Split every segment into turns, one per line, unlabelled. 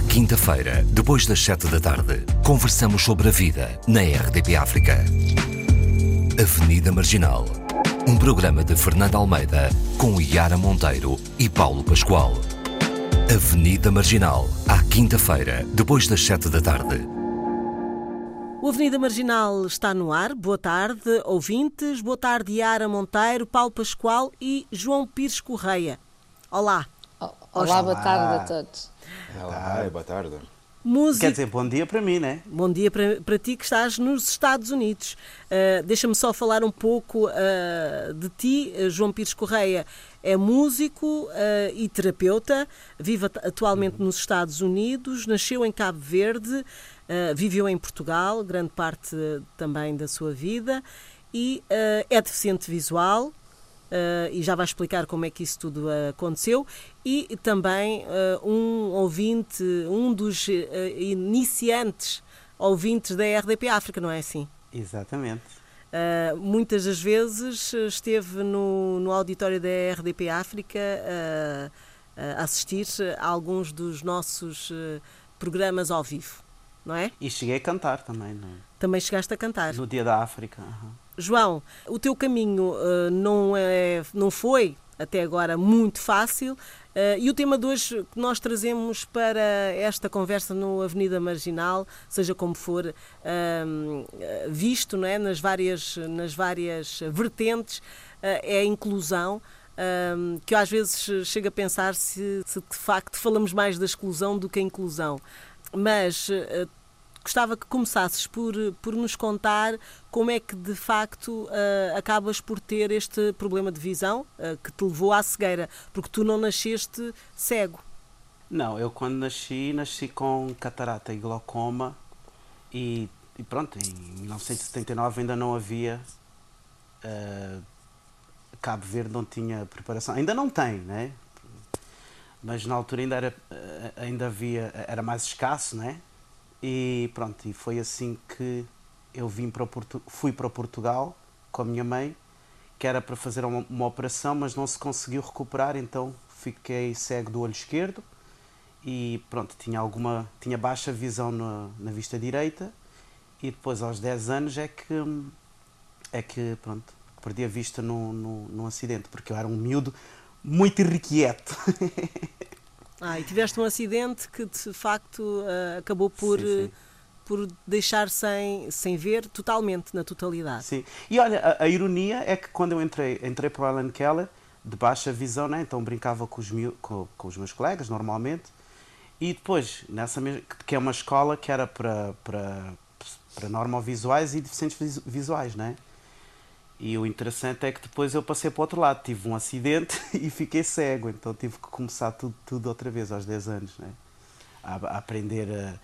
quinta-feira, depois das 7 da tarde, conversamos sobre a vida na RDP África. Avenida Marginal. Um programa de Fernando Almeida com Yara Monteiro e Paulo Pascoal. Avenida Marginal, à quinta-feira, depois das 7 da tarde.
O Avenida Marginal está no ar. Boa tarde, ouvintes. Boa tarde, Yara Monteiro, Paulo Pascoal e João Pires Correia. Olá.
Olá, boa tarde a todos.
Olá, boa tarde.
Música...
Quer dizer, bom dia para mim, né?
Bom dia para ti que estás nos Estados Unidos. Deixa-me só falar um pouco de ti. João Pires Correia é músico e terapeuta, vive atualmente nos Estados Unidos, nasceu em Cabo Verde, viveu em Portugal, grande parte também da sua vida, e é deficiente visual. E já vai explicar como é que isso tudo aconteceu, e também um ouvinte, um dos iniciantes ouvintes da RDP África, não é assim?
Exatamente.
Muitas das vezes esteve no auditório da RDP África a assistir a alguns dos nossos programas ao vivo, não é?
E cheguei a cantar também, não é?
Também chegaste a cantar.
No Dia da África. Uhum.
João, o teu caminho não foi até agora muito fácil, e o tema de hoje que nós trazemos para esta conversa no Avenida Marginal, seja como for visto, não é, nas várias vertentes, é a inclusão, que eu às vezes chego a pensar se de facto falamos mais da exclusão do que a inclusão. Mas gostava que começasses por nos contar como é que, de facto, acabas por ter este problema de visão que te levou à cegueira, porque tu não nasceste cego.
Não, eu quando nasci com catarata e glaucoma e pronto, em 1979 ainda não havia, Cabo Verde não tinha preparação, ainda não tem, né? Mas na altura ainda havia, era mais escasso, né? E pronto, e foi assim que eu fui para Portugal com a minha mãe, que era para fazer uma operação, mas não se conseguiu recuperar, então fiquei cego do olho esquerdo e pronto, tinha baixa visão na vista direita, e depois aos 10 anos é que pronto, perdi a vista num acidente, porque eu era um miúdo muito irrequieto.
E tiveste um acidente que de facto acabou por deixar sem ver totalmente, na totalidade.
Sim, e olha, a ironia é que quando eu entrei para o Alan Keller, de baixa visão, né? Então brincava com os meus colegas normalmente, e depois, que é uma escola que era para normovisuais e deficientes visuais, né? E o interessante é que depois eu passei para o outro lado, tive um acidente e fiquei cego, então tive que começar tudo outra vez aos 10 anos, né? A aprender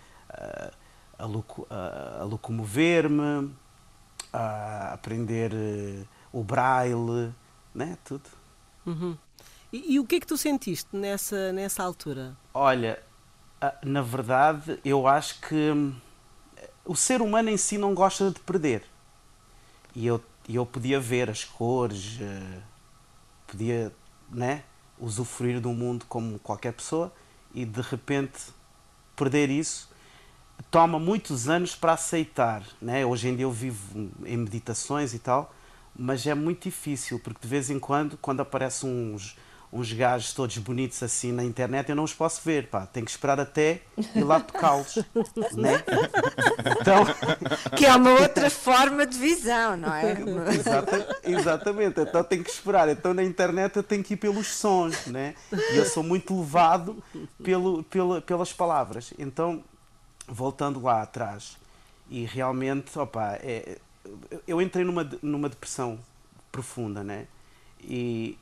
a locomover-me, a aprender o braille, né? Tudo.
Uhum. E o que é que tu sentiste nessa altura?
Olha, na verdade eu acho que o ser humano em si não gosta de perder, e eu podia ver as cores, podia, né, usufruir do mundo como qualquer pessoa, e de repente perder isso toma muitos anos para aceitar, né? Hoje em dia eu vivo em meditações e tal, mas é muito difícil, porque de vez em quando aparecem uns gajos todos bonitos assim na internet, eu não os posso ver, pá, tenho que esperar até ir lá tocá-los, né? Então...
Que é uma outra forma de visão, não é?
Exatamente, então tenho que esperar. Então na internet eu tenho que ir pelos sons, né? E eu sou muito levado pelas palavras. Então, voltando lá atrás, e realmente, eu entrei numa depressão profunda, né? E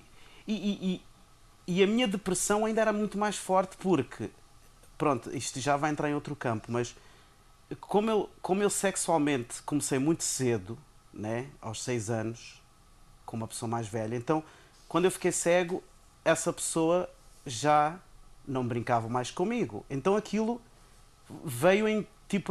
a minha depressão ainda era muito mais forte, porque, pronto, isto já vai entrar em outro campo, mas como eu sexualmente comecei muito cedo, né, aos 6 anos, com uma pessoa mais velha, então quando eu fiquei cego, essa pessoa já não brincava mais comigo. Então aquilo veio em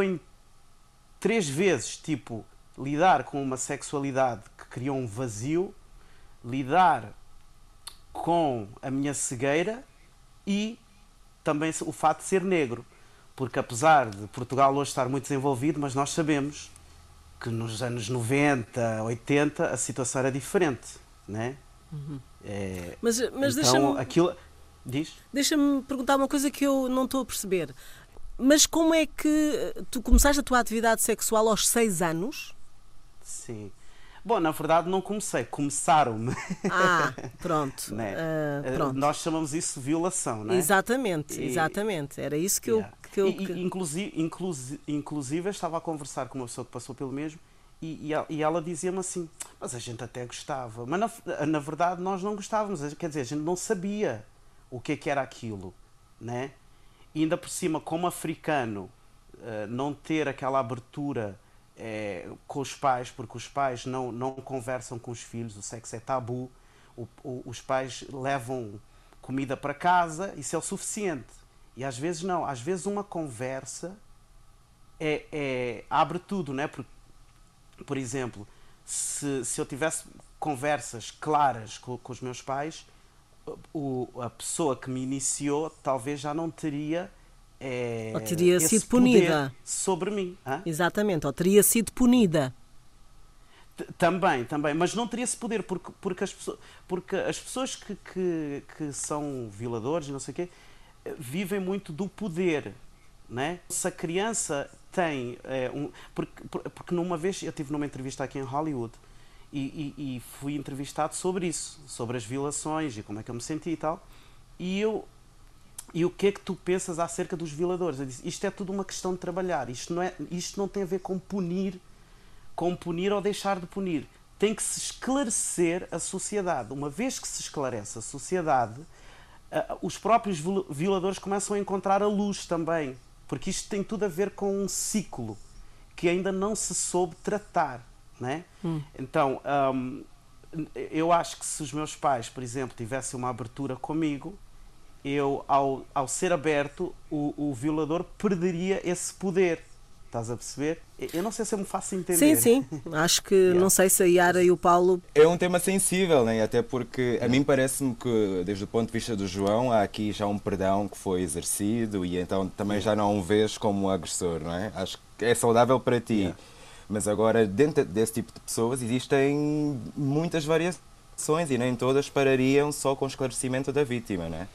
3 vezes, lidar com uma sexualidade que criou um vazio, lidar com a minha cegueira e também o fato de ser negro. Porque apesar de Portugal hoje estar muito desenvolvido, mas nós sabemos que nos anos 90, 80 a situação era diferente, né?
Mas
Então aquilo diz?
deixa-me perguntar uma coisa que eu não estou a perceber. Mas como é que tu começaste a tua atividade sexual aos 6 anos?
Sim. Bom, na verdade não comecei, começaram-me.
Pronto.
Né?
Pronto.
Nós chamamos isso de violação, não é?
Exatamente. Era isso que
Yeah.
eu...
Inclusive eu estava a conversar com uma pessoa que passou pelo mesmo e ela dizia-me assim, mas a gente até gostava. Mas na verdade nós não gostávamos, quer dizer, a gente não sabia o que era aquilo, né? E ainda por cima, como africano, não ter aquela abertura com os pais, porque os pais não conversam com os filhos, o sexo é tabu, os pais levam comida para casa, isso é o suficiente. E às vezes não, às vezes uma conversa abre tudo, né? Por exemplo, se eu tivesse conversas claras com os meus pais, a pessoa que me iniciou talvez já não teria
Ou teria
esse
sido punida
poder sobre mim. Hã?
Exatamente, ou teria sido punida.
Também, mas não teria esse poder porque as pessoas que são violadores, não sei o quê, vivem muito do poder, né? Se a criança tem porque numa vez eu estive numa entrevista aqui em Hollywood e fui entrevistado sobre isso, sobre as violações e como é que eu me senti e tal, e o que é que tu pensas acerca dos violadores? Eu disse, isto é tudo uma questão de trabalhar, isto não tem a ver com punir ou deixar de punir. Tem que se esclarecer a sociedade. Uma vez que se esclarece a sociedade, os próprios violadores começam a encontrar a luz também, porque isto tem tudo a ver com um ciclo que ainda não se soube tratar, né? Então, eu acho que se os meus pais, por exemplo, tivessem uma abertura comigo, eu, ao ser aberto, o violador perderia esse poder. Estás a perceber? Eu não sei se eu me faço entender.
Sim. Acho que, não sei se a Yara e o Paulo...
É um tema sensível, né? Até porque a mim parece-me que, desde o ponto de vista do João, há aqui já um perdão que foi exercido e então também já não o vês como agressor, não é? Acho que é saudável para ti. Mas agora, dentro desse tipo de pessoas, existem muitas variações e nem todas parariam só com o esclarecimento da vítima, não é?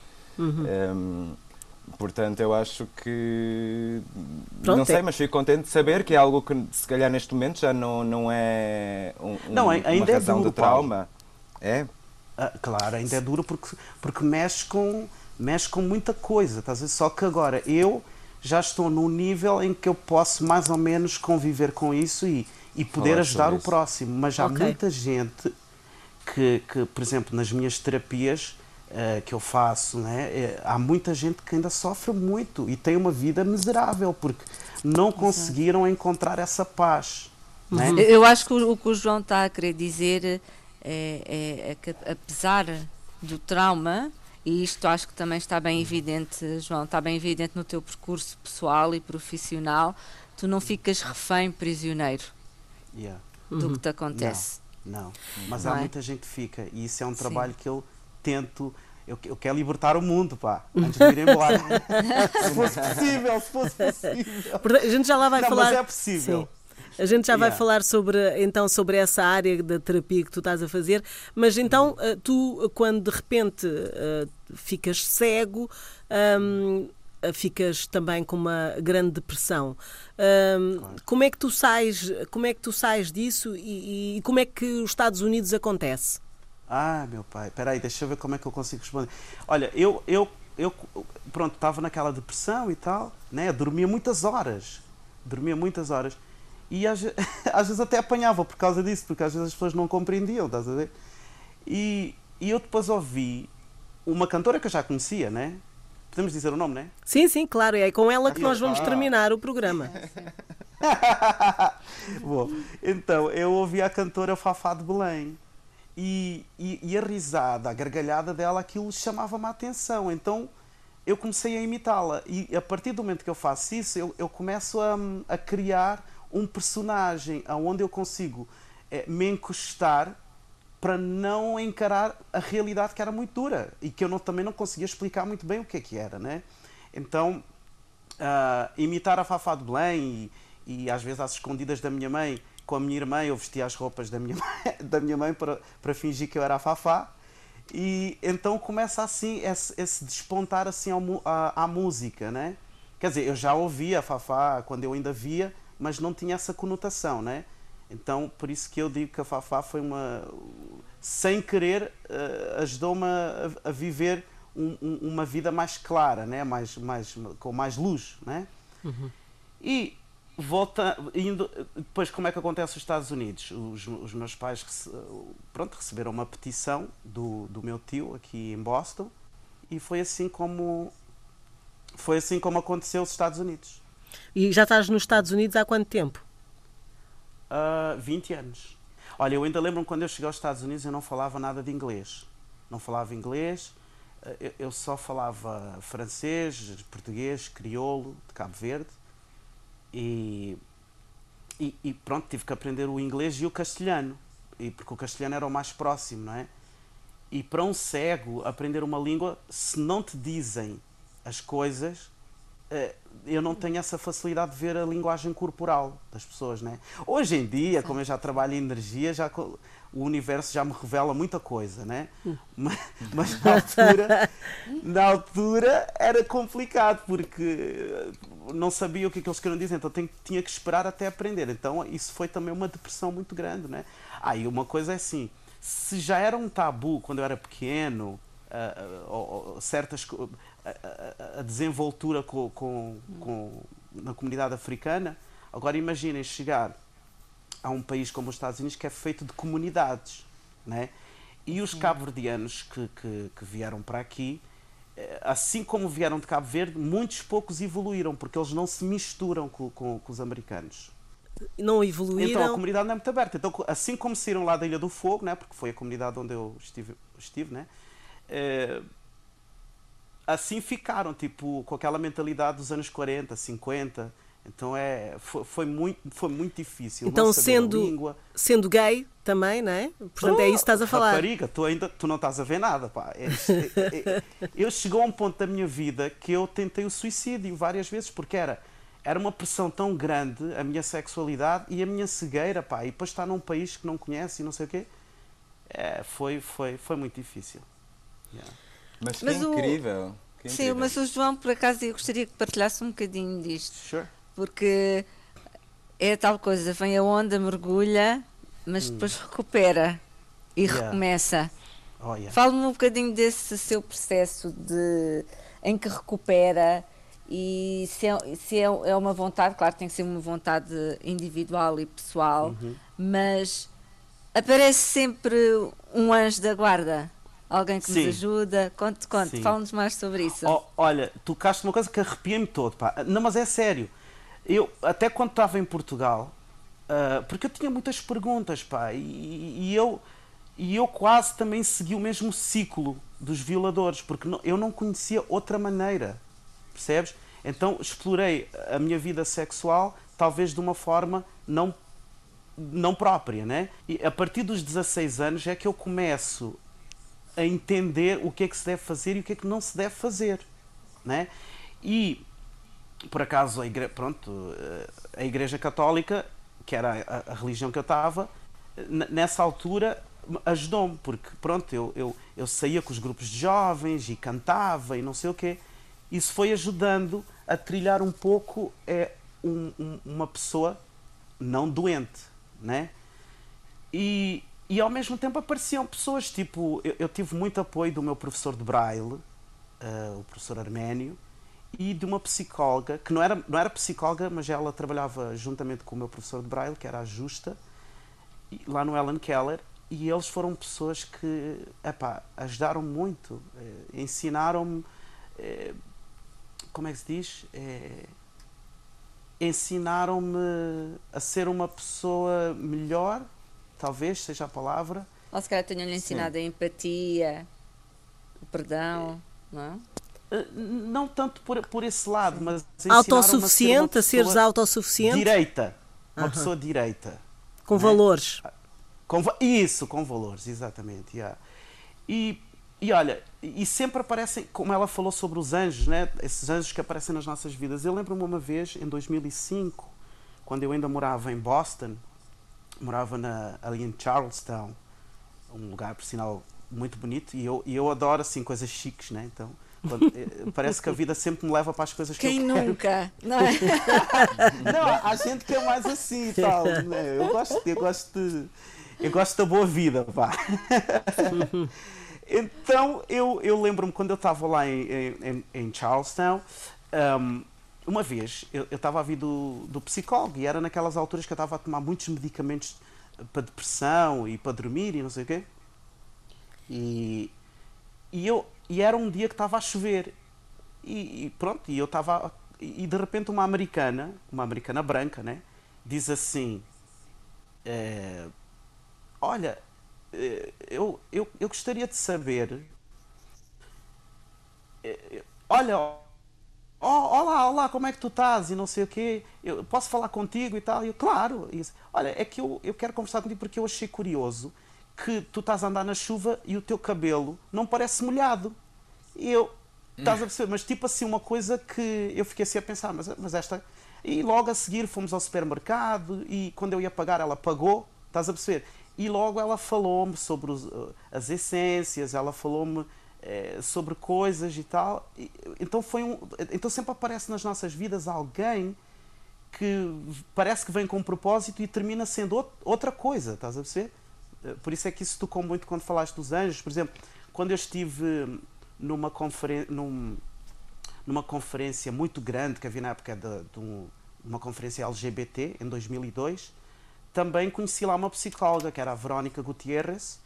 Portanto, eu acho que...
Pronto,
não sei, mas fico contente de saber que é algo que, se calhar, neste momento já não é
não, ainda
uma razão
é duro,
de trauma. É?
Claro, ainda é duro porque mexe com muita coisa. Estás a ver? Só que agora eu já estou num nível em que eu posso mais ou menos conviver com isso e poder
Falar
ajudar
sobre
o
isso.
próximo. Mas há muita gente que, por exemplo, nas minhas terapias que eu faço, né, há muita gente que ainda sofre muito e tem uma vida miserável porque não conseguiram encontrar essa paz. Né?
Eu acho que o que o João está a querer dizer é que, apesar do trauma, e isto acho que também está bem evidente, João, está bem evidente no teu percurso pessoal e profissional, tu não ficas refém, prisioneiro do que te acontece.
Não. Mas
Não
há
é?
muita gente que fica e isso é um
Sim.
trabalho que eu tento. Eu quero libertar o mundo, pá, antes de ir embora. Se fosse possível.
Portanto, a gente já lá vai
Não,
falar...
mas é possível.
Sim. A gente já vai falar sobre essa área da terapia que tu estás a fazer, mas então tu, quando de repente ficas cego, ficas também com uma grande depressão. Como é que tu sais disso e como é que os Estados Unidos acontece?
Meu pai, peraí, deixa eu ver como é que eu consigo responder. Olha, pronto, estava naquela depressão e tal, né? Dormia muitas horas e às vezes até apanhava por causa disso, porque às vezes as pessoas não compreendiam, estás a ver? E eu depois ouvi uma cantora que eu já conhecia, né? Podemos dizer o nome, né?
Sim, claro, é com ela que nós vamos terminar o programa.
Bom, então, eu ouvi a cantora Fafá de Belém e a risada, a gargalhada dela, aquilo chamava-me a atenção, então eu comecei a imitá-la e a partir do momento que eu faço isso, eu começo a criar um personagem onde eu consigo me encostar para não encarar a realidade que era muito dura e que eu também não conseguia explicar muito bem o que é que era, né? Então, imitar a Fafá de Belém e às vezes às escondidas da minha mãe, com a minha irmã, eu vestia as roupas da minha mãe para fingir que eu era a Fafá. E então começa assim esse despontar assim à música, né? Quer dizer, eu já ouvia a Fafá quando eu ainda via, mas não tinha essa conotação, né? Então, por isso que eu digo que a Fafá foi sem querer, ajudou-me a viver uma vida mais clara, né? Com mais luz, né?
Uhum.
E depois, como é que acontece nos Estados Unidos? Os meus pais receberam uma petição do meu tio aqui em Boston, e foi assim como aconteceu nos Estados Unidos.
E já estás nos Estados Unidos há quanto tempo?
20 anos. Olha, eu ainda lembro-me quando eu cheguei aos Estados Unidos, eu não falava nada de inglês. Não falava inglês, eu só falava francês, português, crioulo, de Cabo Verde. E pronto, tive que aprender o inglês e o castelhano. Porque o castelhano era o mais próximo, não é? E para um cego, aprender uma língua, se não te dizem as coisas, eu não tenho essa facilidade de ver a linguagem corporal das pessoas, né? Hoje em dia, como eu já trabalho em energia, o universo já me revela muita coisa, né? Mas na altura era complicado, porque não sabia o que eles queriam dizer, então tinha que esperar até aprender. Então isso foi também uma depressão muito grande, né? E uma coisa é assim, se já era um tabu quando eu era pequeno, a desenvoltura na comunidade africana, agora imaginem chegar a um país como os Estados Unidos, que é feito de comunidades, né? E os cabo-verdianos que vieram para aqui, assim como vieram de Cabo Verde, muitos poucos evoluíram, porque eles não se misturam com os americanos.
Não evoluíram?
Então a comunidade não é muito aberta. Então, assim como saíram lá da Ilha do Fogo, né? Porque foi a comunidade onde eu estive, né? Assim ficaram, tipo, com aquela mentalidade dos anos 40, 50. Então foi muito difícil.
Então,
não saber a língua.
sendo gay também, não é? Portanto, é isso que estás a falar.
Rapariga, tu não estás a ver nada, pá. Eu chegou a um ponto da minha vida que eu tentei o suicídio várias vezes, porque era uma pressão tão grande, a minha sexualidade e a minha cegueira, pá. E depois estar num país que não conhece e não sei o quê. Foi muito difícil. Yeah.
Mas que incrível.
Sim, mas o João, por acaso, eu gostaria que partilhasse um bocadinho disto.
Sure.
Porque é tal coisa, vem a onda, mergulha, mas depois recupera e recomeça.
Oh, yeah.
Fale-me um bocadinho desse seu processo em que recupera, e se é uma vontade, claro que tem que ser uma vontade individual e pessoal, mas aparece sempre um anjo da guarda. Alguém que nos ajuda. Conte. Fala-nos mais sobre isso.
Olha, tocaste uma coisa que arrepia-me todo, pá. Não, mas é sério. Eu, até quando estava em Portugal, porque eu tinha muitas perguntas, pá, e eu quase também segui o mesmo ciclo dos violadores, porque eu não conhecia outra maneira, percebes? Então explorei a minha vida sexual, talvez de uma forma não própria, né? E a partir dos 16 anos é que eu começo a entender o que é que se deve fazer e o que é que não se deve fazer, né? E por acaso a Igreja Católica, que era a religião que eu estava, nessa altura ajudou-me, porque pronto, eu saía com os grupos de jovens e cantava e não sei o quê. Isso foi ajudando a trilhar um pouco uma pessoa não doente, né? E ao mesmo tempo apareciam pessoas, tipo, eu tive muito apoio do meu professor de Braille, o professor Arménio, e de uma psicóloga, que não era psicóloga, mas ela trabalhava juntamente com o meu professor de Braille, que era a Justa, lá no Ellen Keller, e eles foram pessoas que, ajudaram muito, ensinaram-me, como é que se diz? Ensinaram-me a ser uma pessoa melhor, talvez seja a palavra.
Ou se calhar tenham-lhe ensinado a empatia, o perdão, não é?
Não tanto por esse lado, mas
autossuficiente, a seres autossuficiente?
Direita. Uma pessoa direita.
Com valores.
Com valores, exatamente. Yeah. E E olha, e sempre aparecem, como ela falou sobre os anjos, né? Esses anjos que aparecem nas nossas vidas. Eu lembro-me uma vez, em 2005, quando eu ainda morava em Boston, morava ali em Charlestown, um lugar, por sinal, muito bonito, e eu adoro, assim, coisas chiques, né? Então, parece que a vida sempre me leva para as coisas que eu
Quem
quero.
nunca? Não é?
Não, há gente que é mais assim e tal, né? Eu gosto da boa vida, pá. Então, eu lembro-me quando eu estava lá em Charlestown, uma vez eu estava a vir do psicólogo, e era naquelas alturas que eu estava a tomar muitos medicamentos para depressão e para dormir e não sei o quê. E era um dia que estava a chover. E pronto, e eu estava. E de repente uma americana branca, né, diz assim: olha, eu gostaria de saber. Olha, olá, como é que tu estás? E não sei o quê. Eu posso falar contigo e tal? E eu, claro. E, olha, é que eu quero conversar contigo porque eu achei curioso que tu estás a andar na chuva e o teu cabelo não parece molhado. E eu, estás a perceber? Mas tipo assim, uma coisa que eu fiquei assim a pensar, mas esta... E logo a seguir fomos ao supermercado e quando eu ia pagar ela pagou, estás a perceber? E logo ela falou-me sobre as essências, ela falou-me sobre coisas e tal. Então então sempre aparece nas nossas vidas alguém que parece que vem com um propósito e termina sendo outra coisa, estás a perceber? Por isso é que isso tocou muito quando falaste dos anjos. Por exemplo, quando eu estive numa conferência muito grande que havia na época de uma conferência LGBT em 2002, também conheci lá uma psicóloga que era a Verónica Gutierrez,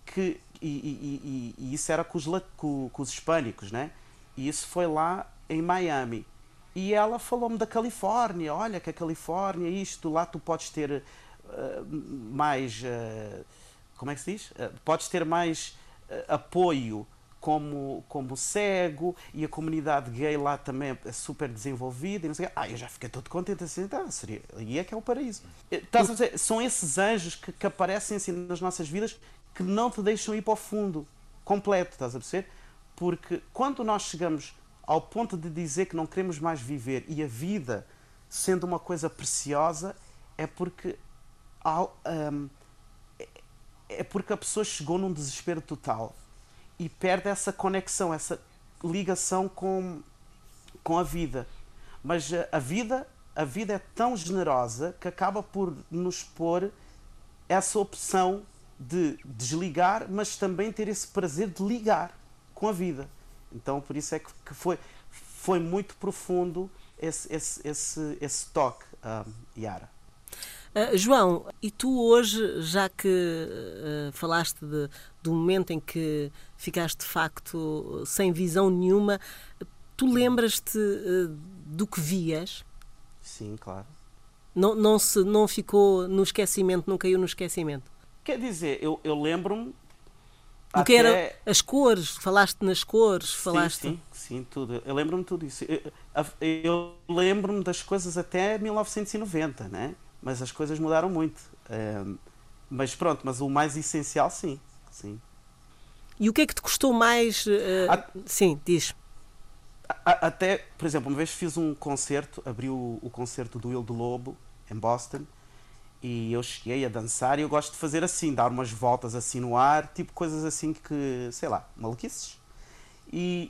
e isso era com os hispânicos, né? E isso foi lá em Miami. E ela falou-me da Califórnia. Olha que a Califórnia, isto, lá tu podes ter mais... como é que se diz? Podes ter mais apoio como cego, e a comunidade gay lá também é super desenvolvida. E não sei, eu já fiquei todo contente assim, então, aí é que é o paraíso. Estás a dizer, são esses anjos que aparecem assim nas nossas vidas que não te deixam ir para o fundo completo, estás a perceber? Porque quando nós chegamos ao ponto de dizer que não queremos mais viver e a vida sendo uma coisa preciosa, é porque a pessoa chegou num desespero total e perde essa conexão, essa ligação com a vida. Mas a vida é tão generosa que acaba por nos pôr essa opção de desligar, mas também ter esse prazer de ligar com a vida. Então, por isso é que foi muito profundo esse toque, Yara.
João, e tu hoje, já que falaste do momento em que ficaste de facto sem visão nenhuma, tu lembras-te do que vias?
Sim, claro.
Não ficou no esquecimento, não caiu no esquecimento?
Quer dizer, eu lembro-me...
O que eram as cores? Falaste nas cores? Falaste...
Sim, tudo. Eu lembro-me de tudo isso. Eu lembro-me das coisas até 1990, né? Mas as coisas mudaram muito. Mas pronto, mas o mais essencial, sim.
E o que é que te custou mais? Sim, diz.
Até, por exemplo, uma vez fiz um concerto, abri o concerto do Will do Lobo, em Boston, e eu cheguei a dançar, e eu gosto de fazer assim, dar umas voltas assim no ar, tipo coisas assim que, sei lá, maluquices. E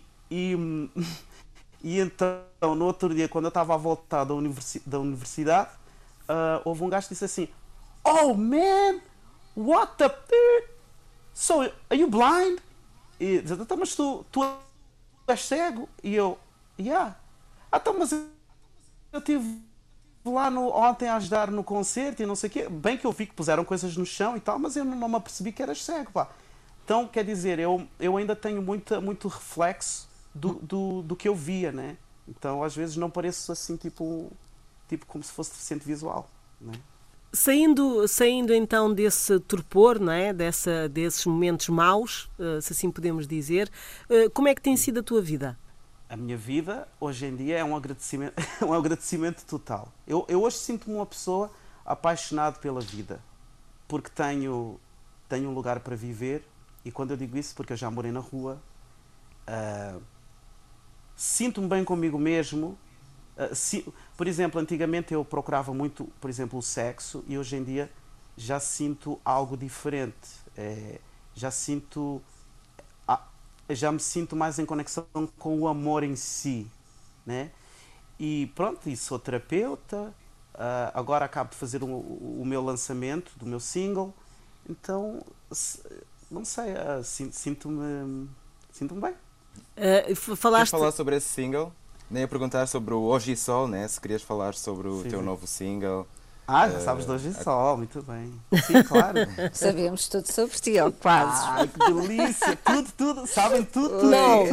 então, no outro dia, quando eu estava a voltar da universidade, houve um gajo que disse assim: "Oh man, what the so, are you blind?" E disse: "Então, mas tu és cego?" E eu: "Yeah." "Então, mas eu estive lá ontem a ajudar no concerto e não sei o quê." Bem que eu vi que puseram coisas no chão e tal, mas eu não me apercebi que eras cego, pá. Então, quer dizer, eu ainda tenho muito reflexo do que eu via, né? Então, às vezes não pareço assim, tipo como se fosse deficiente visual, né?
Saindo então desse torpor, não é? Desses momentos maus, se assim podemos dizer, como é que tem sido a tua vida?
A minha vida, hoje em dia, é um agradecimento, um agradecimento total. Eu hoje sinto-me uma pessoa apaixonada pela vida, porque tenho um lugar para viver, e quando eu digo isso, porque eu já morei na rua, sinto-me bem comigo mesmo. Por exemplo, antigamente eu procurava muito, por exemplo, o sexo, e hoje em dia já sinto algo diferente. Já me sinto mais em conexão com o amor em si, né? E pronto, e sou terapeuta, agora acabo de fazer o meu lançamento do meu single, então, não sei, sinto-me bem.
Queres falar sobre esse single? Nem a perguntar sobre o Hoje e Sol, né? Se querias falar sobre o teu novo single.
Já sabes de Hoje e Sol, muito bem. Sim, claro.
Sabemos tudo sobre ti, ó, quase.
Ai, que delícia! Tudo, sabem tudo.
Não,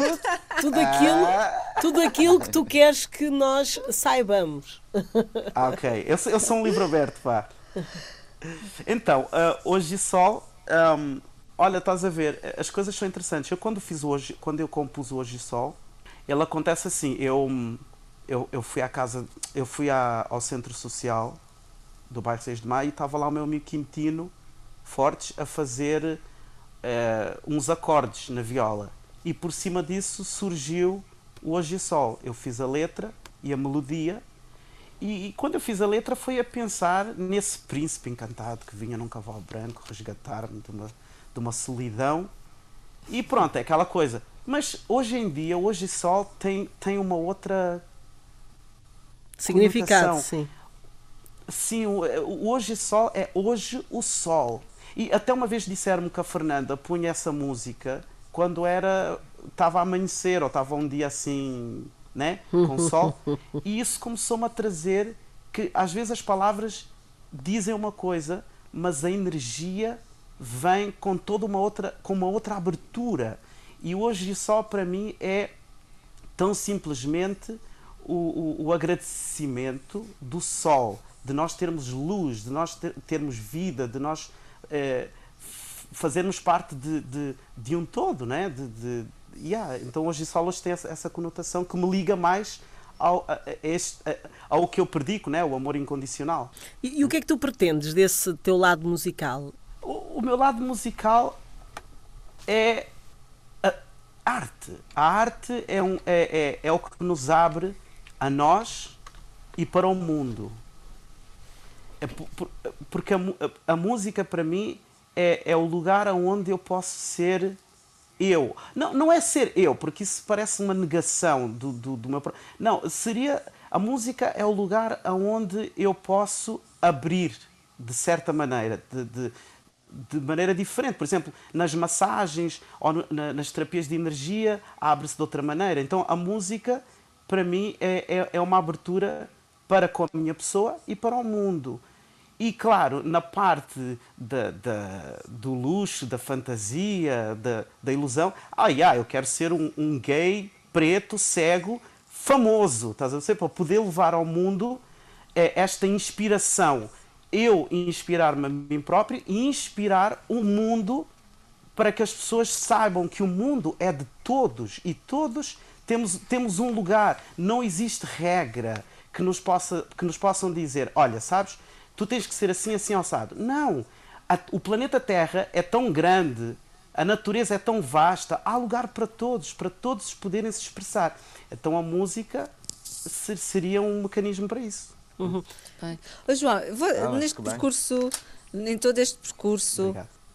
tudo aquilo que tu queres que nós saibamos.
Ok, eu sou um livro aberto, pá. Então, Hoje e Sol, olha, estás a ver, as coisas são interessantes. Quando eu compus o Hoje e Sol, ele acontece assim, eu fui ao centro social do bairro 6 de Maio e estava lá o meu amigo Quintino Fortes a fazer uns acordes na viola, e por cima disso surgiu o Hoje e Sol. Eu fiz a letra e a melodia, e quando eu fiz a letra foi a pensar nesse príncipe encantado que vinha num cavalo branco resgatar-me de uma solidão, e pronto, é aquela coisa. Mas hoje em dia, o Hoje e Sol tem uma outra
significado,
conotação.
sim.
Sim, o Hoje e Sol é hoje o sol. E até uma vez disseram-me que a Fernanda punha essa música quando estava a amanhecer, ou estava um dia assim, né, com sol. E isso começou-me a trazer que às vezes as palavras dizem uma coisa, mas a energia vem com uma outra abertura. E o Hoje e Sol para mim é tão simplesmente o agradecimento do sol, de nós termos luz, de nós termos vida, de nós fazermos parte de um todo, né? Então Hoje e Sol hoje tem essa conotação que me liga mais ao que eu predico, né? O amor incondicional.
E o que é que tu pretendes desse teu lado musical?
O meu lado musical é a arte. A arte é o que nos abre a nós e para o mundo. Porque a música para mim é o lugar onde eu posso ser eu. Não é ser eu, porque isso parece uma negação do meu... Não, a música é o lugar onde eu posso abrir, de certa maneira, de maneira diferente. Por exemplo, nas massagens ou nas terapias de energia, abre-se de outra maneira. Então a música, para mim, é uma abertura para com a minha pessoa e para o mundo. E claro, na parte do luxo, da fantasia, da ilusão, eu quero ser um gay, preto, cego, famoso, estás a ver? Para poder levar ao mundo esta inspiração. Eu inspirar-me a mim próprio e inspirar o mundo, para que as pessoas saibam que o mundo é de todos e todos temos um lugar. Não existe regra que nos possam dizer, olha, sabes, tu tens que ser assim, assim, assado. Não! O planeta Terra é tão grande, a natureza é tão vasta, há lugar para todos poderem se expressar. Então a música seria um mecanismo para isso.
Uhum. Bem. João, neste percurso, em todo este percurso,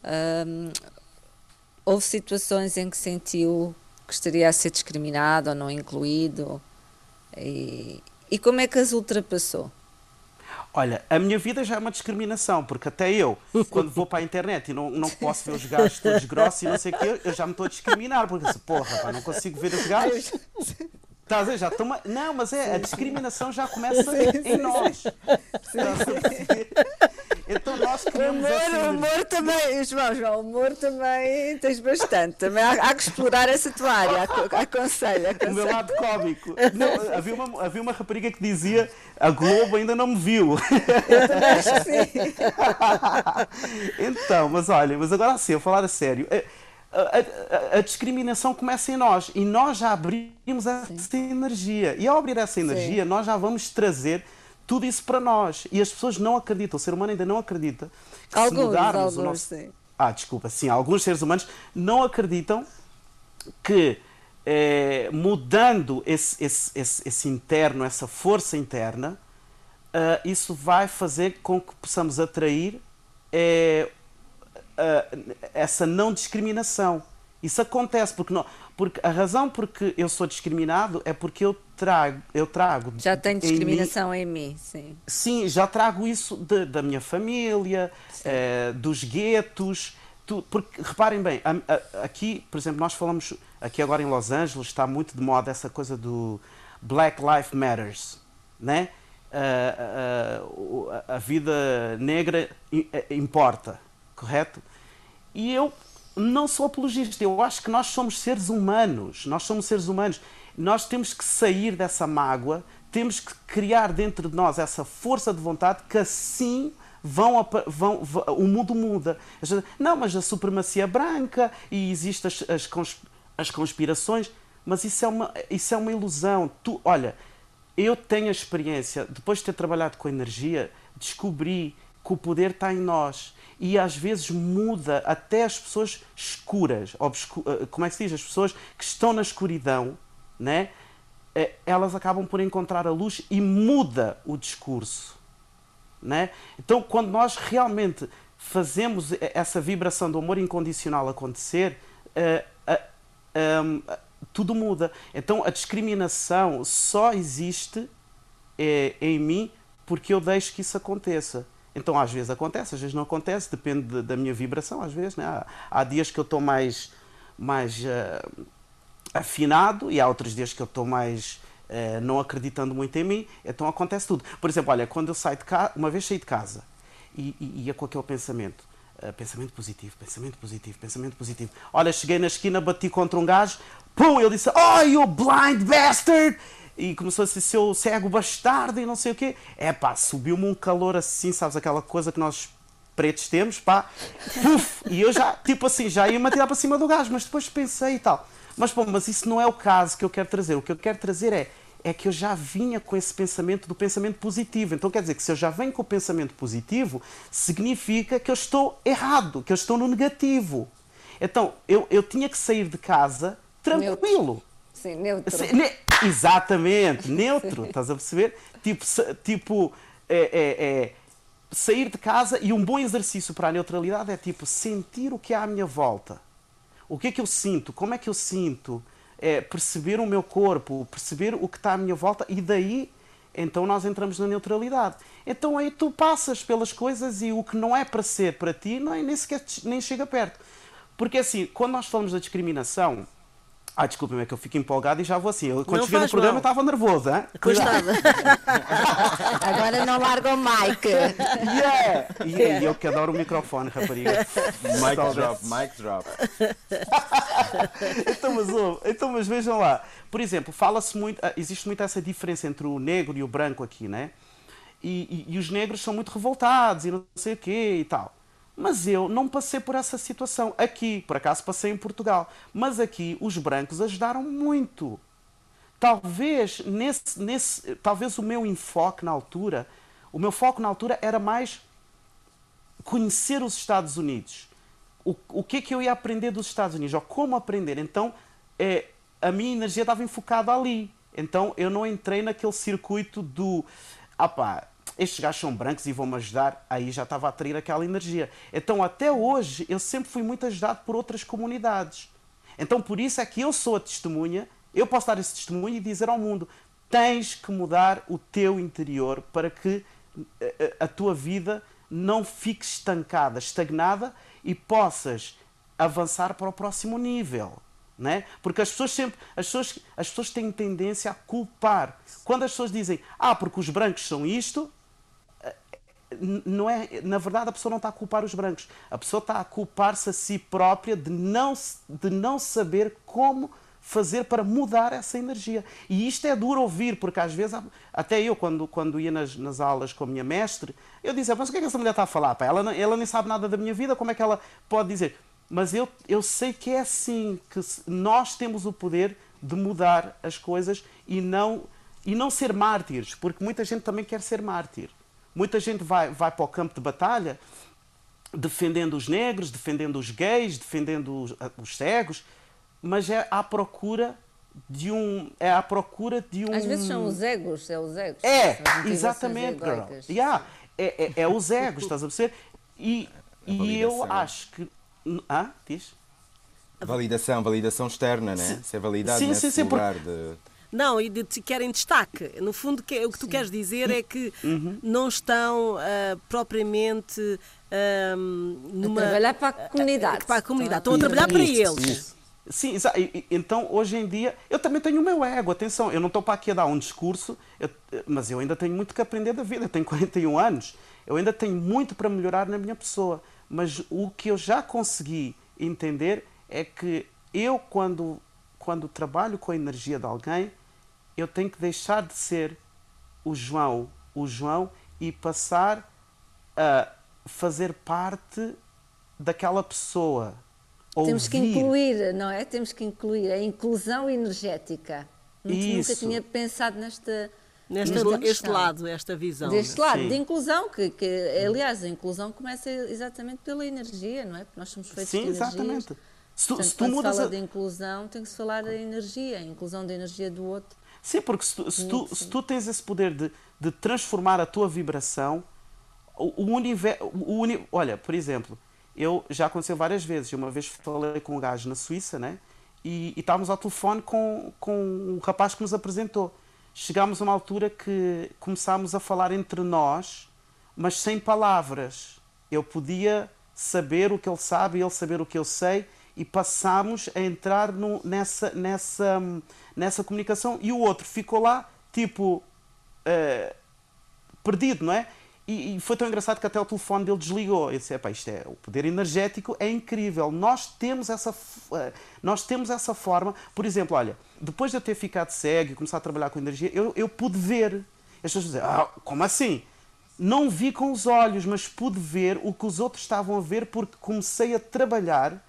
houve situações em que sentiu que estaria a ser discriminado ou não incluído, e como é que as ultrapassou?
Olha, a minha vida já é uma discriminação, porque até eu, quando vou para a internet e não posso ver os gajos todos grossos e não sei o quê, eu já me estou a discriminar, porque assim, porra, pá, não consigo ver os gajos. Estás a ver? Já estou... Não, mas a discriminação já começa em nós. Então nós queremos
o humor também, João, o humor também tens bastante. Também há que explorar essa tua área, aconselho.
O meu lado cómico. Não, havia uma rapariga que dizia: a Globo ainda não me viu.
Eu também acho que sim.
Então, mas agora assim, eu falar a sério. A discriminação começa em nós e nós já abrimos essa energia. E ao abrir essa energia, nós já vamos trazer tudo isso para nós. E as pessoas não acreditam, o ser humano ainda não acredita que se mudarmos o nosso... desculpa, sim, alguns seres humanos não acreditam que mudando esse interno, essa força interna, isso vai fazer com que possamos atrair essa não discriminação. Isso acontece porque a razão porque eu sou discriminado é porque eu trago
já tem discriminação em mim, sim.
Sim, já trago isso da minha família, dos guetos. Porque reparem bem, aqui, por exemplo, nós falamos aqui agora em Los Angeles, está muito de moda essa coisa do Black Lives Matters, né? A vida negra importa, correto? E eu não sou apologista, eu acho que nós somos seres humanos, nós temos que sair dessa mágoa, temos que criar dentro de nós essa força de vontade que assim o mundo muda. Não, mas a supremacia branca e existem as conspirações, mas isso é uma ilusão. Olha, eu tenho a experiência, depois de ter trabalhado com energia, descobri que o poder está em nós e às vezes muda até as pessoas escuras, como é que se diz? As pessoas que estão na escuridão, né? Elas acabam por encontrar a luz e muda o discurso, né? Então, quando nós realmente fazemos essa vibração do amor incondicional acontecer, tudo muda. Então, a discriminação só existe em mim porque eu deixo que isso aconteça. Então, às vezes acontece, às vezes não acontece, depende da minha vibração, às vezes, né? Há dias que eu estou mais afinado e há outros dias que eu estou mais não acreditando muito em mim, então acontece tudo. Por exemplo, olha, quando eu saio de casa, uma vez saí de casa e ia com aquele pensamento, pensamento positivo, pensamento positivo, pensamento positivo. Olha, cheguei na esquina, bati contra um gajo, pum, ele disse, oh, you blind bastard! E começou a ser seu cego bastardo e não sei o quê. Subiu-me um calor assim, sabes, aquela coisa que nós pretos temos, puf, e eu já, tipo assim, já ia-me atirar para cima do gajo, mas depois pensei e tal. Mas isso não é o caso que eu quero trazer. O que eu quero trazer é que eu já vinha com esse pensamento do pensamento positivo. Então quer dizer que se eu já venho com o pensamento positivo, significa que eu estou errado, que eu estou no negativo. Então eu tinha que sair de casa tranquilo.
Sim, neutro.
Exatamente, neutro, estás a perceber? Sair de casa, e um bom exercício para a neutralidade é sentir o que há à minha volta. O que é que eu sinto? Como é que eu sinto? Perceber o meu corpo, perceber o que está à minha volta, e daí, então nós entramos na neutralidade. Então aí tu passas pelas coisas e o que não é para ser para ti, nem chega perto. Porque assim, quando nós falamos da discriminação, desculpa-me, é que eu fico empolgado e já vou assim. Quando cheguei no programa eu estava nervoso, hein?
Pois nada.
Agora não larga o mic.
E eu que adoro o microfone, rapariga.
Mic drop.
Mas vejam lá. Por exemplo, fala-se muito, existe muito essa diferença entre o negro e o branco aqui, né? E os negros são muito revoltados e não sei o quê e tal. Mas eu não passei por essa situação. Aqui, por acaso, passei em Portugal. Mas aqui, os brancos ajudaram muito. Talvez, talvez o meu foco na altura era mais conhecer os Estados Unidos. O que é que eu ia aprender dos Estados Unidos? Ou como aprender? Então, a minha energia estava enfocada ali. Então, eu não entrei naquele circuito do... estes gajos são brancos e vão-me ajudar, aí já estava a atrair aquela energia. Então, até hoje, eu sempre fui muito ajudado por outras comunidades. Então, por isso é que eu sou a testemunha, eu posso dar esse testemunho e dizer ao mundo, tens que mudar o teu interior para que a tua vida não fique estancada, estagnada, e possas avançar para o próximo nível. Né? Porque as pessoas têm tendência a culpar. Quando as pessoas dizem, porque os brancos são isto, não é, na verdade a pessoa não está a culpar os brancos, a pessoa está a culpar-se a si própria de não saber como fazer para mudar essa energia. E isto é duro ouvir, porque às vezes, até eu quando ia nas aulas com a minha mestre, eu dizia, mas o que é que essa mulher está a falar? Ela nem sabe nada da minha vida, como é que ela pode dizer? Mas eu sei que é assim, que nós temos o poder de mudar as coisas e não ser mártires, porque muita gente também quer ser mártir. Muita gente vai para o campo de batalha defendendo os negros, defendendo os gays, defendendo os cegos, mas é à procura de um...
Às vezes são os egos, os egos.
Exatamente, girl. Yeah, é os egos, estás a perceber? E eu acho que... Diz?
Validação externa, né? Ser validado nesse lugar de...
Não, e querem destaque. No fundo, o que tu queres dizer é que não estão propriamente
a trabalhar para a comunidade.
Estão a trabalhar para eles.
Sim, então hoje em dia eu também tenho o meu ego, atenção, eu não estou para aqui a dar um discurso, mas eu ainda tenho muito que aprender da vida, eu tenho 41 anos, eu ainda tenho muito para melhorar na minha pessoa, mas o que eu já consegui entender é que eu, quando trabalho com a energia de alguém, eu tenho que deixar de ser o João e passar a fazer parte daquela pessoa.
Temos que incluir, não é? Temos que incluir a inclusão energética. Nunca tinha pensado
este lado, esta visão.
Deste lado, de inclusão, que aliás, a inclusão começa exatamente pela energia, não é? Porque nós somos feitos de energias.
Exatamente.
Portanto, se tu fala de inclusão, tem que se falar da energia, a inclusão da energia do outro.
Sim, porque se tu tens esse poder de transformar a tua vibração, o universo... Olha, por exemplo, já aconteceu várias vezes. Uma vez falei com um gajo na Suíça, né? E estávamos ao telefone com um rapaz que nos apresentou. Chegámos a uma altura que começámos a falar entre nós, mas sem palavras. Eu podia saber o que ele sabe e ele saber o que eu sei, e passámos a entrar nessa comunicação, e o outro ficou lá, tipo, perdido, não é? E foi tão engraçado que até o telefone dele desligou. Eu disse, o poder energético é incrível. Nós temos essa forma. Por exemplo, olha, depois de eu ter ficado cego e começar a trabalhar com energia, eu pude ver. As pessoas dizem, como assim? Não vi com os olhos, mas pude ver o que os outros estavam a ver, porque comecei a trabalhar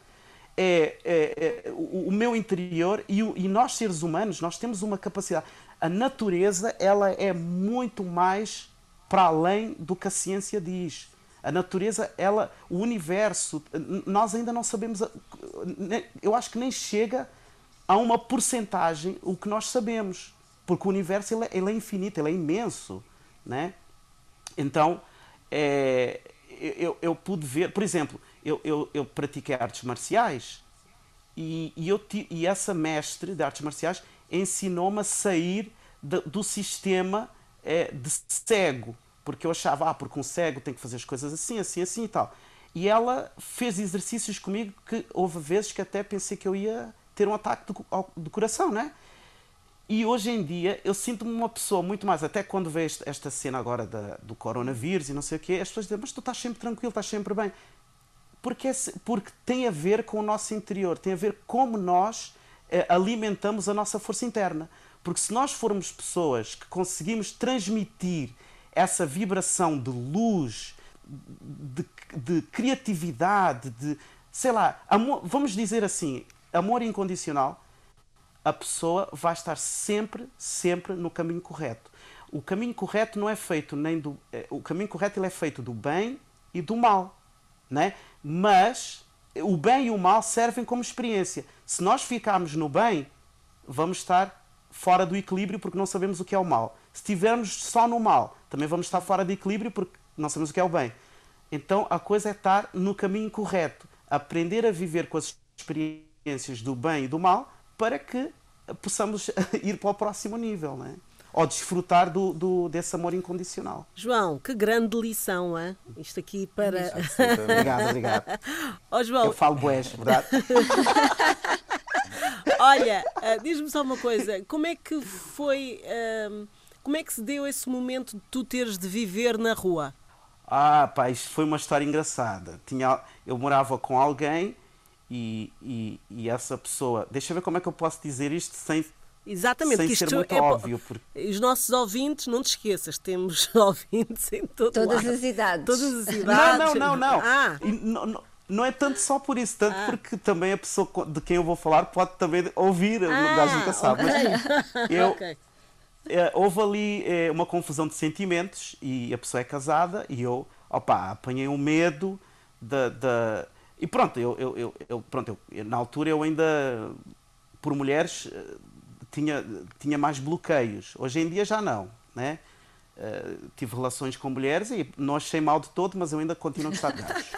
o meu interior, e nós, seres humanos, nós temos uma capacidade. A natureza, ela é muito mais para além do que a ciência diz. A natureza, o universo, nós ainda não sabemos, eu acho que nem chega a uma porcentagem o que nós sabemos, porque o universo ele é infinito, ele é imenso, né? Então, eu pude ver, por exemplo, eu pratiquei artes marciais, e essa mestre de artes marciais ensinou-me a sair do sistema de cego, porque eu achava, porque um cego tem que fazer as coisas assim, assim, assim e tal. E ela fez exercícios comigo que houve vezes que até pensei que eu ia ter um ataque do coração, né? E hoje em dia eu sinto-me uma pessoa muito mais, até quando vejo esta cena agora do coronavírus e não sei o quê, as pessoas dizem, mas tu estás sempre tranquilo, estás sempre bem. Porque tem a ver com o nosso interior, tem a ver como nós alimentamos a nossa força interna. Porque se nós formos pessoas que conseguimos transmitir essa vibração de luz, de criatividade, sei lá, amor, vamos dizer assim, amor incondicional, a pessoa vai estar sempre no caminho correto. O caminho correto não é feito o caminho correto ele é feito do bem e do mal, né? Mas o bem e o mal servem como experiência. Se nós ficarmos no bem, vamos estar fora do equilíbrio porque não sabemos o que é o mal. Se estivermos só no mal, também vamos estar fora de equilíbrio porque não sabemos o que é o bem. Então a coisa é estar no caminho correto, aprender a viver com as experiências do bem e do mal para que possamos ir para o próximo nível, não é? Ou desfrutar desse amor incondicional.
João, que grande lição, hein? Isto aqui para...
Obrigado.
Oh, João...
Eu falo bués, verdade?
Olha, diz-me só uma coisa, como é que foi, como é que se deu esse momento de tu teres de viver na rua?
Isto foi uma história engraçada. Eu morava com alguém e essa pessoa... Deixa eu ver como é que eu posso dizer isto sem ser muito óbvio. Porque...
Os nossos ouvintes, não te esqueças, temos ouvintes em
todas as idades.
Todas as idades.
Não. Não é tanto só por isso, porque também a pessoa de quem eu vou falar pode também ouvir, o gajo nunca sabe.
Okay.
Houve ali uma confusão de sentimentos, e a pessoa é casada, e eu apanhei um medo E pronto, na altura eu ainda, por mulheres, tinha mais bloqueios. Hoje em dia já não, né? Tive relações com mulheres e não achei mal de todo, mas eu ainda continuo a gostar de gajos.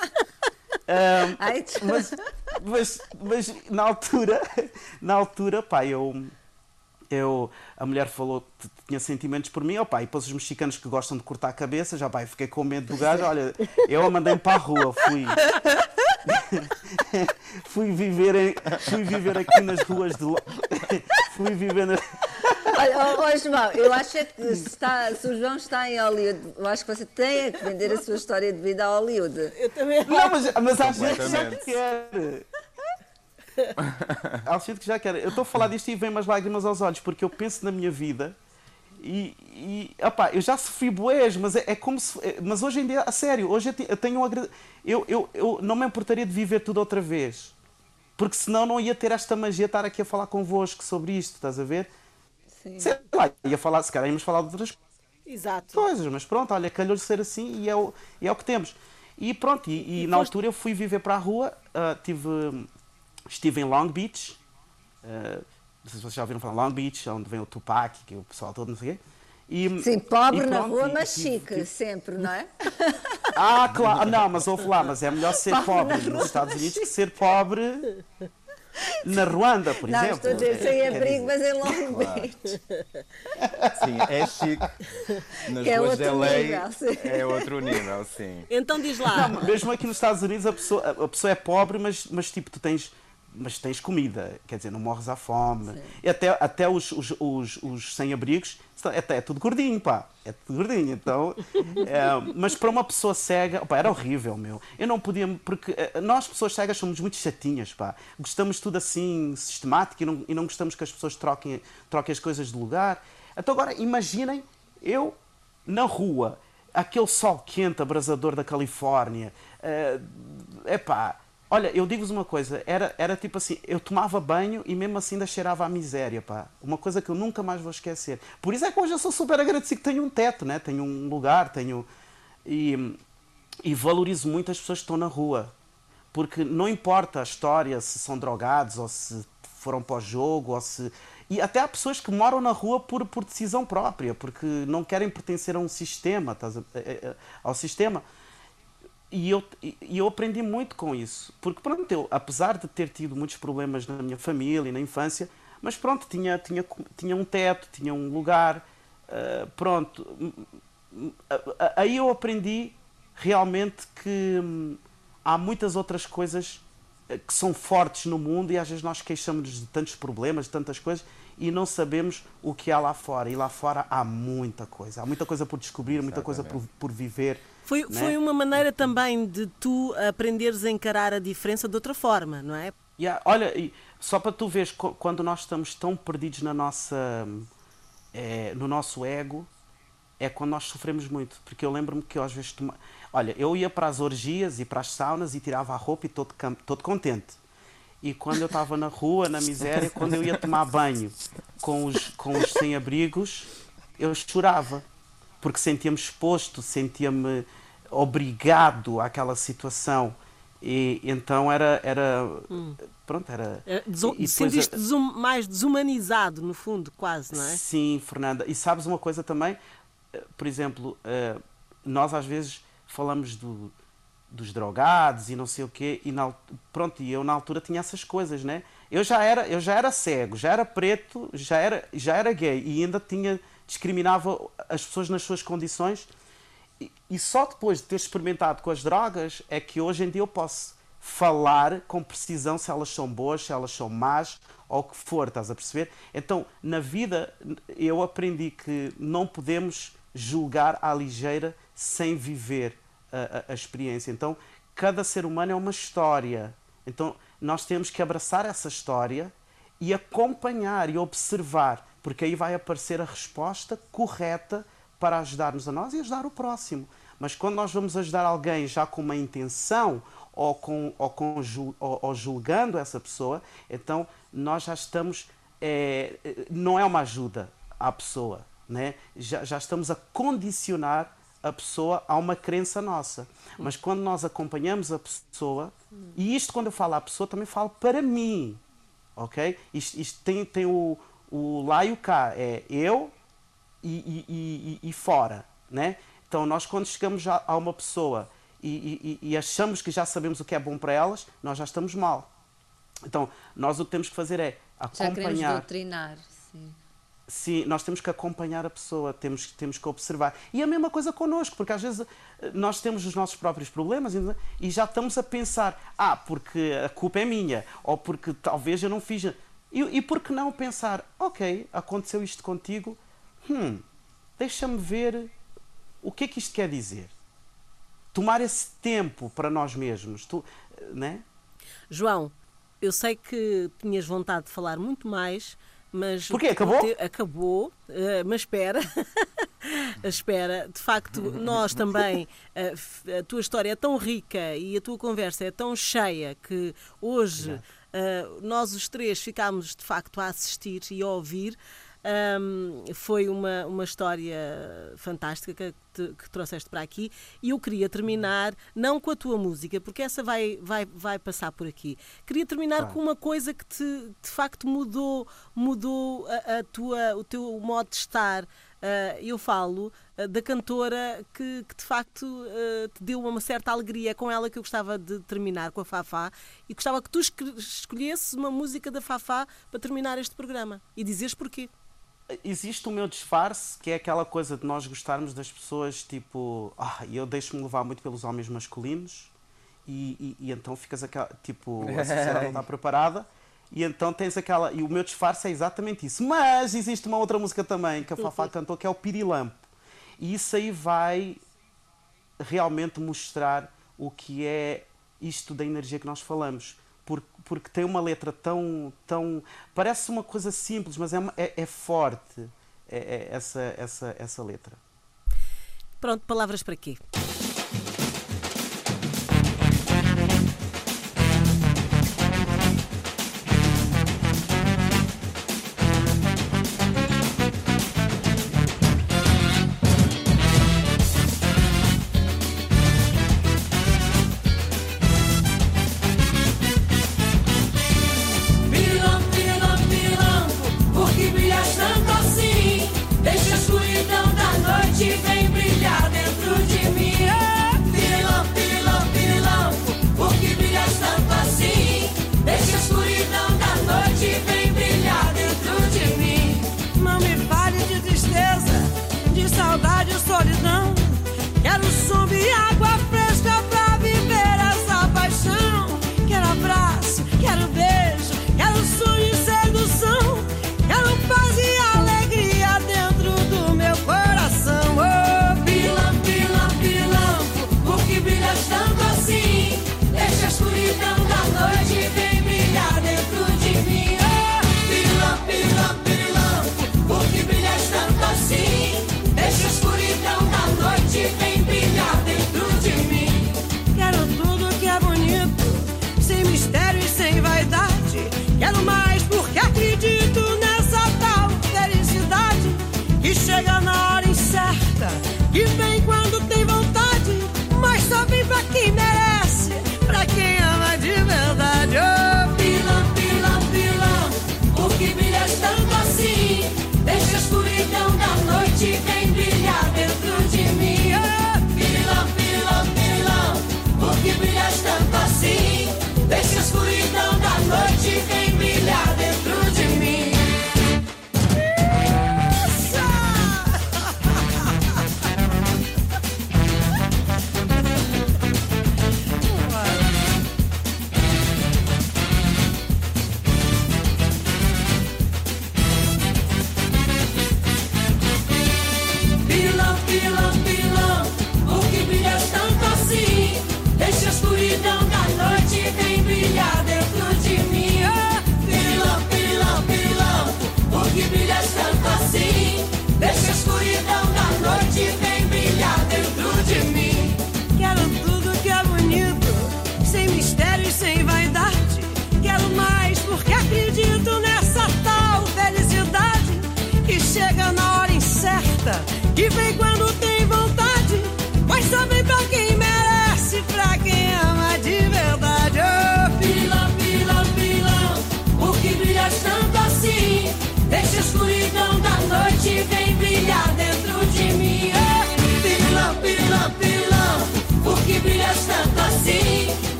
Mas na altura, pá, a mulher falou que tinha sentimentos por mim, e depois os mexicanos que gostam de cortar a cabeça, já pá, eu fiquei com medo do gajo, olha, eu a mandei-me para a rua, fui viver aqui nas ruas de fui viver
Olha, João, eu acho que se o João está em Hollywood, eu acho que você tem que vender a sua história de vida a Hollywood.
Eu também.
Não, mas há gente que já quer. Há gente que já quer. Eu estou a falar disto e vem umas lágrimas aos olhos, porque eu penso na minha vida eu já sofri bués, mas é como se. Mas hoje em dia, a sério, hoje eu tenho eu não me importaria de viver tudo outra vez. Porque senão não ia ter esta magia de estar aqui a falar convosco sobre isto, estás a ver?
Sim.
Sei lá, ia falar, se calhar íamos falar de outras
Exato.
coisas, mas pronto, olha, calhou de ser assim e é o que temos. E pronto, na altura eu fui viver para a rua, estive em Long Beach, não sei se vocês já ouviram falar, Long Beach, onde vem o Tupac, que é o pessoal todo, não sei o quê.
Sim, pobre na rua, mas chique, sempre, não é?
Claro, não, mas ouve lá, mas é melhor ser pobre nos Estados Unidos que ser pobre na Ruanda, por exemplo.
Não, estou a dizer sem abrigo, mas em Long Beach.
Sim, é chique. Nas
Que é
ruas de
outro
LA
nível, sim.
é outro nível, sim.
Então diz lá.
Não, mesmo aqui nos Estados Unidos a pessoa é pobre, mas tipo, tu tens comida, quer dizer, não morres à fome. E até os sem-abrigos é tudo gordinho, pá. É tudo gordinho. Então, mas para uma pessoa cega, pá, era horrível, meu. Eu não podia, porque nós, pessoas cegas, somos muito chatinhas, pá. Gostamos tudo assim, sistemático, e não gostamos que as pessoas troquem as coisas de lugar. Então agora, imaginem, eu na rua, aquele sol quente, abrasador da Califórnia, olha, eu digo-vos uma coisa, era tipo assim, eu tomava banho e mesmo assim ainda cheirava à miséria, pá. Uma coisa que eu nunca mais vou esquecer. Por isso é que hoje eu sou super agradecido que tenho um teto, né? Tenho um lugar, e valorizo muito as pessoas que estão na rua. Porque não importa a história, se são drogados ou se foram para o jogo, ou se... E até há pessoas que moram na rua por decisão própria, porque não querem pertencer a um sistema, ao sistema. E eu aprendi muito com isso, porque pronto, eu, apesar de ter tido muitos problemas na minha família e na infância, mas pronto, tinha um teto, tinha um lugar, pronto. Aí eu aprendi realmente que há muitas outras coisas que são fortes no mundo e às vezes nós queixamos de tantos problemas, de tantas coisas e não sabemos o que há lá fora. E lá fora há muita coisa por descobrir, muita coisa por viver.
Foi uma maneira também de tu aprenderes a encarar a diferença de outra forma, não é?
Olha, só para tu veres, quando nós estamos tão perdidos no nosso ego, é quando nós sofremos muito. Porque eu lembro-me que eu às vezes... Olha, eu ia para as orgias e para as saunas e tirava a roupa e todo contente. E quando eu estava na rua, na miséria, quando eu ia tomar banho com os sem-abrigos, eu chorava. Porque sentia-me exposto, sentia-me obrigado àquela situação. E então pronto, era...
Sentiste mais desumanizado, no fundo, quase, não é?
Sim, Fernanda. E sabes uma coisa também? Por exemplo, nós às vezes falamos dos drogados e não sei o quê, e eu na altura tinha essas coisas, né? Eu já era cego, já era preto, já era gay e ainda discriminava as pessoas nas suas condições e só depois de ter experimentado com as drogas é que hoje em dia eu posso falar com precisão se elas são boas, se elas são más ou o que for, estás a perceber? Então, na vida eu aprendi que não podemos julgar à ligeira sem viver a experiência. Então, cada ser humano é uma história. Então, nós temos que abraçar essa história e acompanhar e observar, porque aí vai aparecer a resposta correta para ajudar-nos a nós e ajudar o próximo. Mas quando nós vamos ajudar alguém já com uma intenção ou julgando essa pessoa, então nós já estamos... não é uma ajuda à pessoa, né? Já estamos a condicionar a pessoa a uma crença nossa. Mas quando nós acompanhamos a pessoa, e isto quando eu falo à pessoa também falo para mim, ok? Isto tem o lá e o cá, é eu e fora, né? Então nós quando chegamos a uma pessoa e achamos que já sabemos o que é bom para elas, nós já estamos mal. Então nós o que temos que fazer é acompanhar.
Já queremos doutrinar, sim.
Sim, nós temos que acompanhar a pessoa, temos que observar. E a mesma coisa connosco, porque às vezes nós temos os nossos próprios problemas e já estamos a pensar, porque a culpa é minha, ou porque talvez eu não fiz. E por que não pensar, ok, aconteceu isto contigo, deixa-me ver o que é que isto quer dizer. Tomar esse tempo para nós mesmos, né?
João, eu sei que tinhas vontade de falar muito mais, mas...
Porquê? Acabou?
Acabou, mas espera. Espera, de facto, nós também, a tua história é tão rica e a tua conversa é tão cheia que hoje nós os três ficámos de facto a assistir e a ouvir. Foi uma história fantástica que trouxeste para aqui, e eu queria terminar não com a tua música, porque essa vai passar por aqui. Queria terminar com uma coisa que de facto mudou o teu modo de estar. Eu falo da cantora que de facto te deu uma certa alegria. É com ela que eu gostava de terminar, com a Fafá, e gostava que tu escolhesses uma música da Fafá para terminar este programa e dizeres porquê.
Existe o meu disfarce, que é aquela coisa de nós gostarmos das pessoas, tipo, eu deixo-me levar muito pelos homens masculinos e então ficas aquela, tipo, a sociedade não está preparada e então tens aquela, e o meu disfarce é exatamente isso. Mas existe uma outra música também que a Fafá cantou, que é o Pirilampo, e isso aí vai realmente mostrar o que é isto da energia que nós falamos. Porque tem uma letra tão... Parece uma coisa simples, mas é forte essa letra.
Pronto, palavras para quê?
Vem brilhar dentro de mim.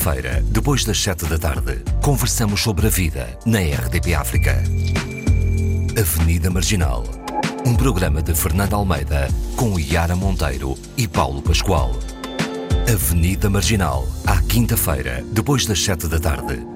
quinta-feira, depois das 7 da tarde, conversamos sobre a vida na RDP África. Avenida Marginal. Um programa de Fernando Almeida com Yara Monteiro e Paulo Pascoal. Avenida Marginal, à quinta-feira, depois das 7 da tarde.